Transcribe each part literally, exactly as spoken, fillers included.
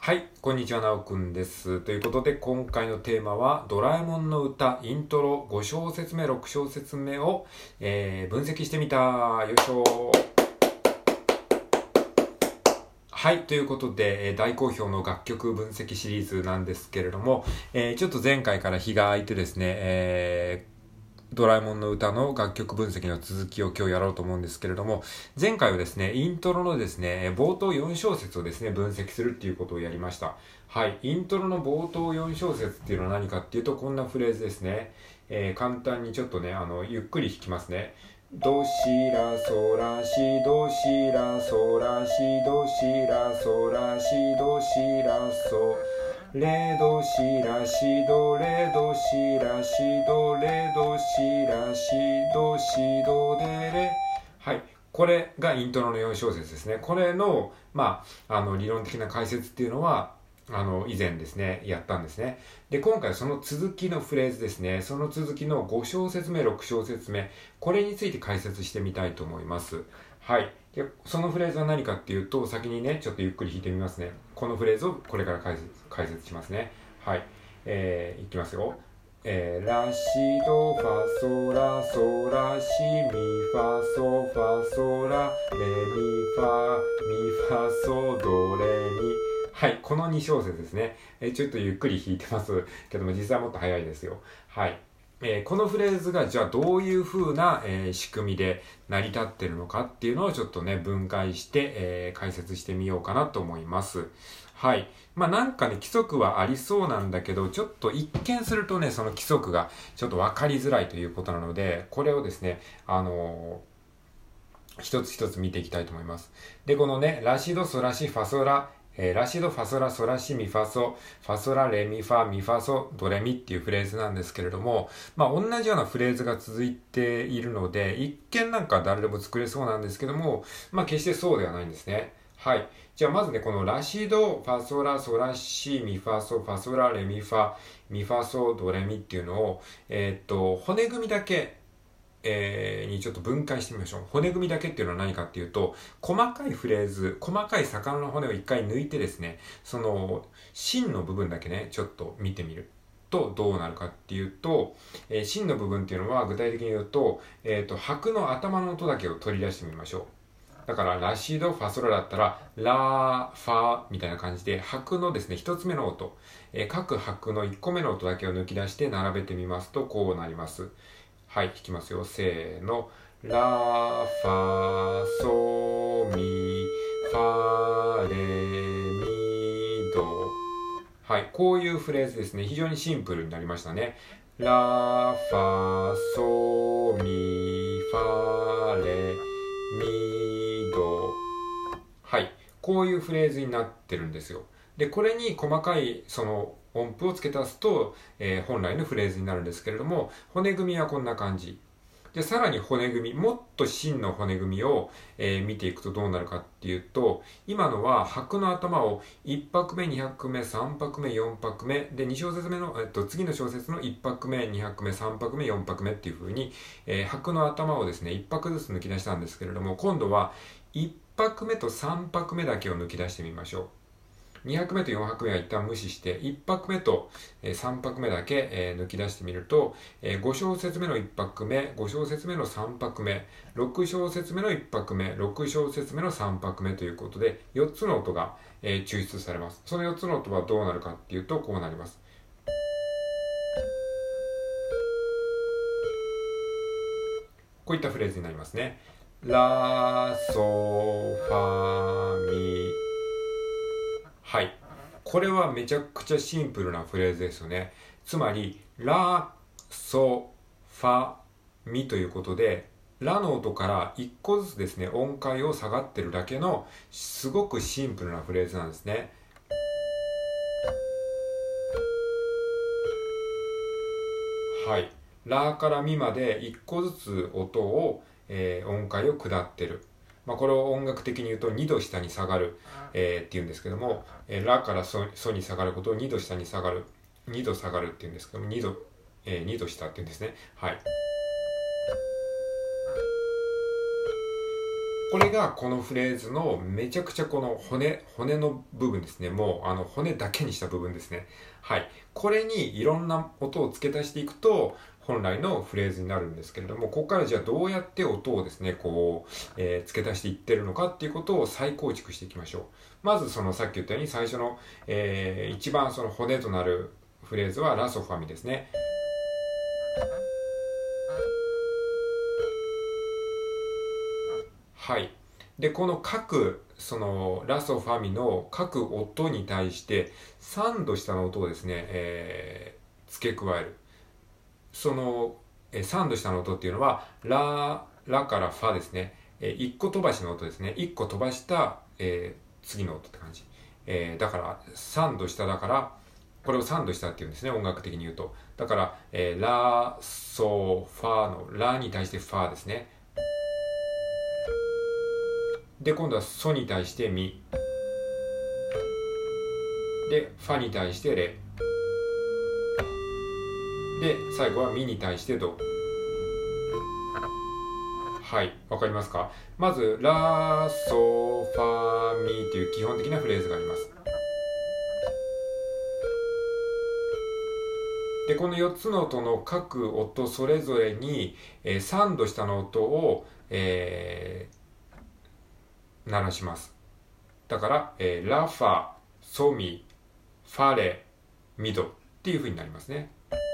はい、こんにちは、なおくんです。ということで、今回のテーマは、ドラえもんの歌、イントロご小節目、ろく小節目を、えー、分析してみた。よいしょ。はい、ということで、えー、大好評の楽曲分析シリーズなんですけれども、えー、ちょっと前回から日が空いてですね、えードラえもんの歌の楽曲分析の続きを今日やろうと思うんですけれども、前回はですね、イントロのですね、冒頭よん小節をですね、分析するっていうことをやりました。はい。イントロの冒頭よん小節っていうのは何かっていうと、こんなフレーズですね。えー、簡単にちょっとね、あの、ゆっくり弾きますね。ドシラソラシドシラソラシドシラソラシドシラソレドシラシドレドシラシドレドシラシドシドデレ。はい。これがイントロのよん小節ですね。これの、まあ、あの、理論的な解説っていうのは、あの、以前ですね、やったんですね。で、今回その続きのフレーズですね。その続きのご小節目、ろく小節目。これについて解説してみたいと思います。はい。で、そのフレーズは何かっていうと、先にね、ちょっとゆっくり弾いてみますね。このフレーズをこれから解説、解説しますね。はい。えー、いきますよ。えー、ラシドファソラソラシミファソファソラレミファミファソドレミ。はい。このに小節ですね。えー、ちょっとゆっくり弾いてますけども、実際はもっと早いですよ。はい。えー、このフレーズがじゃあどういう風な、えー、仕組みで成り立ってるのかっていうのをちょっとね、分解して、えー、解説してみようかなと思います。はい。まあなんかね、規則はありそうなんだけど、ちょっと一見するとね、その規則がちょっとわかりづらいということなので、これをですね、あのー、一つ一つ見ていきたいと思います。で、このね、ラシドソラシファソラ、えー、ラシドファソラソラシミファソ、ファソラレミファミファソドレミっていうフレーズなんですけれども、まあ同じようなフレーズが続いているので、一見なんか誰でも作れそうなんですけども、まあ決してそうではないんですね。はい。じゃあまずね、このラシド、ファソラ、ソラシ、ミファソ、ファソラ、レミファ、ミファソ、ドレミっていうのを、えー、っと、骨組みだけ、えー、にちょっと分解してみましょう。骨組みだけっていうのは何かっていうと、細かいフレーズ、細かい魚の骨を一回抜いてですね、その、芯の部分だけね、ちょっと見てみる。とどうなるかっていうと、えー、芯の部分っていうのは具体的に言うと、えっ、ー、と、拍の頭の音だけを取り出してみましょう。だから、ラシド、ファソラだったら、ラー、ファーみたいな感じで、拍のですね、一つ目の音、えー、各拍の一個目の音だけを抜き出して並べてみますと、こうなります。はい、弾きますよ。せーの。ラ、ファ、ソ、ミ、ファ、レ、ミ、ド。はい、こういうフレーズですね。非常にシンプルになりましたね。ラ、ファ、ソ、ミ、ファ、レ、ミ、ド。はい、こういうフレーズになってるんですよ。で、これに細かいその音符を付け足すと、えー、本来のフレーズになるんですけれども、骨組みはこんな感じ。で、さらに骨組み、もっと真の骨組みを、えー見ていくとどうなるかっていうと、今のは拍の頭をいち拍目、に拍目、さん拍目、よん拍目、で、に小節目の、えっと、次の小節のいち拍目、に拍目、さん拍目、よん拍目っていう風に、えー拍の頭をですね、いち拍ずつ抜き出したんですけれども、今度はいち拍目とさん拍目だけを抜き出してみましょう。に拍目とよん拍目は一旦無視して、いち拍目とさん拍目だけ抜き出してみると、ご小節目のいち拍目、ご小節目のさん拍目、ろく小節目のいち拍目、ろく小節目のさん拍目ということで、よっつの音が抽出されます。そのよっつの音はどうなるかっていうと、こうなります。こういったフレーズになりますね。ラ、ソ、ファ、ミ。はい。これはめちゃくちゃシンプルなフレーズですよね。つまり、ラ、ソ、ファ、ミということで、ラの音からいっこずつですね、音階を下がってるだけの、すごくシンプルなフレーズなんですね。はい。ラからミまでいっこずつ音を、えー、音階を下ってる。まあ、これを音楽的に言うとにど下に下がる、えー、って言うんですけども、えー、ラからソ、ソに下がることをにど下に下がる、にど下がるって言うんですけども、にど、えー、にど下って言うんですね。はい。 これがこのフレーズのめちゃくちゃこの骨、骨の部分ですね。もうあの骨だけにした部分ですね。はい。これにいろんな音を付け足していくと、本来のフレーズになるんですけれども、ここからじゃあどうやって音をですね、こう、えー、付け足していってるのかっていうことを再構築していきましょう。まずそのさっき言ったように最初の、えー、一番その骨となるフレーズはラソファミですね。はい。で、この各、その、ラソファミの各音に対して、さんど下の音をですね、えー、付け加える。その、えー、さんど下の音っていうのは、ラ、ラからファですね。えー、いっこ飛ばしの音ですね。いっこ飛ばした、えー、次の音って感じ。えー、だから、さんど下だから、これをさんど下っていうんですね、音楽的に言うと。だから、えー、ラ、ソ、ファの、ラに対してファですね。で、今度はソに対してミ。で、ファに対してレ。で、最後はミに対してド。はい、わかりますか？まず、ラ、ソ、ファ、ミという基本的なフレーズがあります。で、このよっつの音の各音それぞれに、えー、さんど下の音を、えー、鳴らします。だから、えー、ラ、ファ、ソ、ミ、ファ、レ、ミドっていう風になりますね。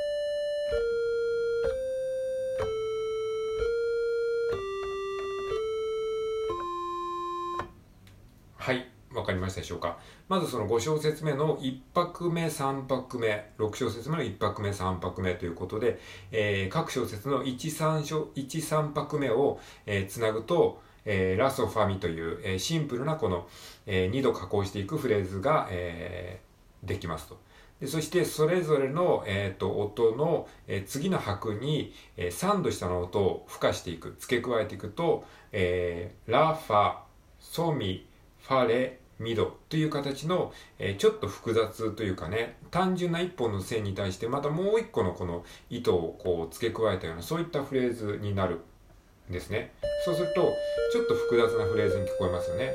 はい、わかりましたでしょうか。まずそのご小節目のいっ拍目、さん拍目、ろく小節目のいっ拍目、さん拍目ということで、えー、各小節のいち、さん、いち、さん拍目を、えー、つなぐと、えー、ラソファミという、えー、シンプルなこの、えー、にど加工していくフレーズが、えー、できますと。でそしてそれぞれの、えー、と音の、えー、次の拍に、えー、さんど下の音を付加していく、付け加えていくと、えー、ラ、ファ、ソ、ミ、ファレ、ミドという形の、えー、ちょっと複雑というかね、単純な一本の線に対してまたもう一個のこの糸をこう付け加えたようなそういったフレーズになるんですね。そうするとちょっと複雑なフレーズに聞こえますよね。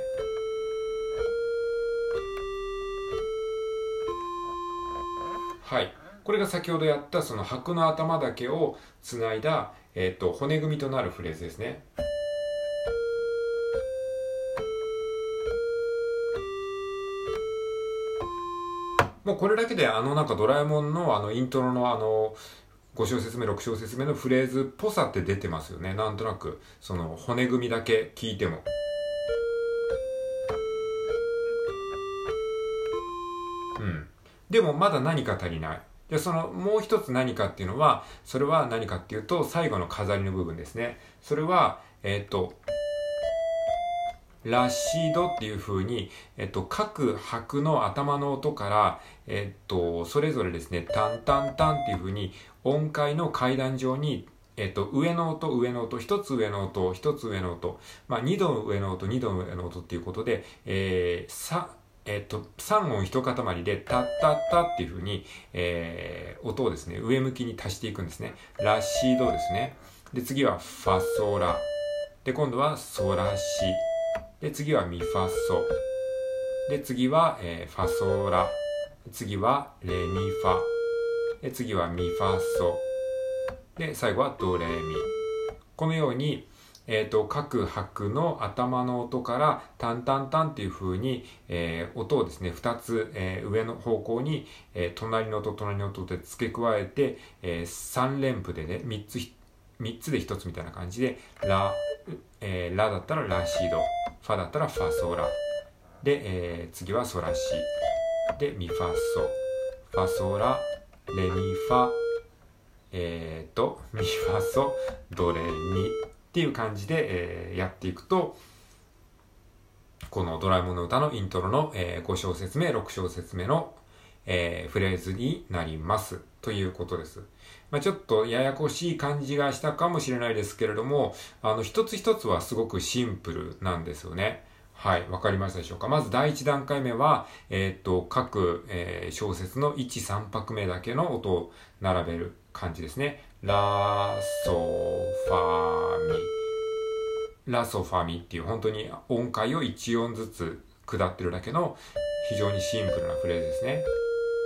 はい。これが先ほどやったその拍の頭だけをつないだ、えーと、骨組みとなるフレーズですね。もうこれだけであのなんかドラえもんのあのイントロのあのご小節目、ろく小節目のフレーズっぽさって出てますよね。なんとなくその骨組みだけ聞いても。うん。でもまだ何か足りない。で、そのもう一つ何かっていうのは、それは何かっていうと最後の飾りの部分ですね。それは、えっと、ラシードっていう風に、えっと、各拍の頭の音から、えっと、それぞれですね、タンタンタンっていう風に音階の階段状に、えっと、上の音、上の音、一つ上の音、一つ上の音、まあ、二度上の音、二度上の音っていうことで、えー、さ、えっと、三音一塊で、タッタッタっていう風に、えー、音をですね、上向きに足していくんですね。ラシードですね。で、次はファソラ。で、今度はソラシ。で、次はミファソ。で、次は、えー、ファソラ。次はレミファ。で、次はミファソ。で、最後はドレミ。このように、えっと、各拍の頭の音からタンタンタンっていう風に、えー、音をですね、二つ、えー、上の方向に、えー、隣の音、隣の音で付け加えて、えー、三連符でね、三つ、三つで一つみたいな感じで、ラ、えー、ラだったらラシド。ファだったらファソラ。で、えー、次はソラシ。で、ミファソ。ファソラ、レミファ、えーと、ミファソ、ドレミっていう感じで、えー、やっていくと、このドラえもんの歌のイントロの、えー、ご小節目、ろく小節目の、えー、フレーズになります。ということです。まあ、ちょっとややこしい感じがしたかもしれないですけれども、あの、一つ一つはすごくシンプルなんですよね。はい、わかりましたでしょうか。まず第一段階目は、えー、っと、各、えー、小節のいち、さん拍目だけの音を並べる感じですね。ラ、ソ、ファ、ミ。 ラソファミっていう本当に音階をいち音ずつ下ってるだけの非常にシンプルなフレーズですね。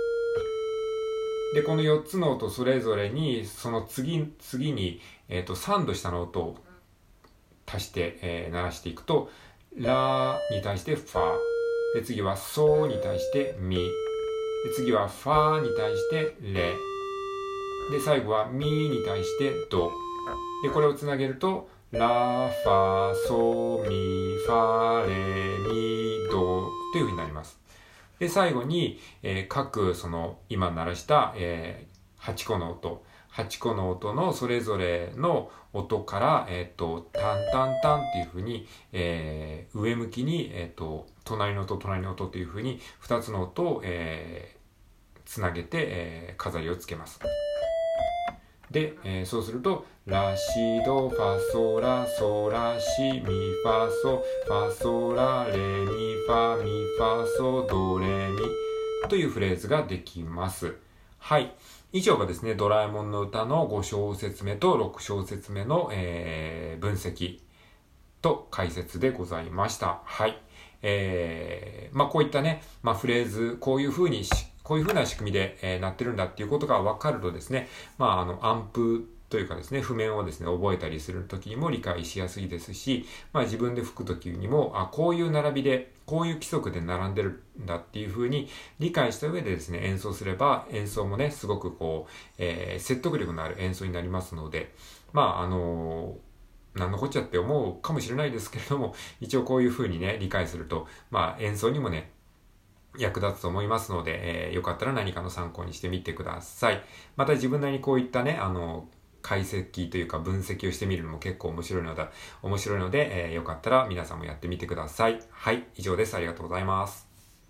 で、このよっつの音それぞれにその次、次に、えーと、さんど下の音を足して、えー、鳴らしていくと、ラに対してファ、で次はソに対してミ、で次はファに対してレ、で最後はミに対してド。でこれをつなげるとラ、ファ、ソ、ミ、ファ、レ、ミ、ドという風になります。で最後に、えー、各その今鳴らした、えー、はちこの音はちこの音のそれぞれの音から、えっと、タンタンタンっていう風に、えー、上向きに、えっと、隣の音、隣の音っていう風にふたつの音を、えー、つなげて、えー、飾りをつけます。で、えー、そうすると、ラ、シ、ド、ファ、ソ、ラ、ソ、ラ、シ、ミ、ファ、ソ、ファ、ソ、ラ、レ、ミ、ファ、ミ、ファ、ソ、ド、レ、ミというフレーズができます。はい。以上がですね、ドラえもんの歌のご小節目とろく小節目の、えー、分析と解説でございました。はい。えー、まあこういったね、まあフレーズ、こういう風にし、こういう風な仕組みで、えー、なってるんだっていうことが分かるとですね、まああの、アンプというかですね、譜面をですね、覚えたりするときにも理解しやすいですし、まあ自分で吹くときにも、あ、こういう並びで、こういう規則で並んでるんだっていう風に理解した上でですね、演奏すれば、演奏もね、すごくこう、えー、説得力のある演奏になりますので、まああのーなんのこっちゃって思うかもしれないですけれども、一応こういう風にね、理解すると、まあ演奏にもね、役立つと思いますので、えー、よかったら何かの参考にしてみてください。また自分なりにこういったね、あの、解析というか分析をしてみるのも結構面白いので、面白いので、えー、よかったら皆さんもやってみてください。はい、以上です。ありがとうございます。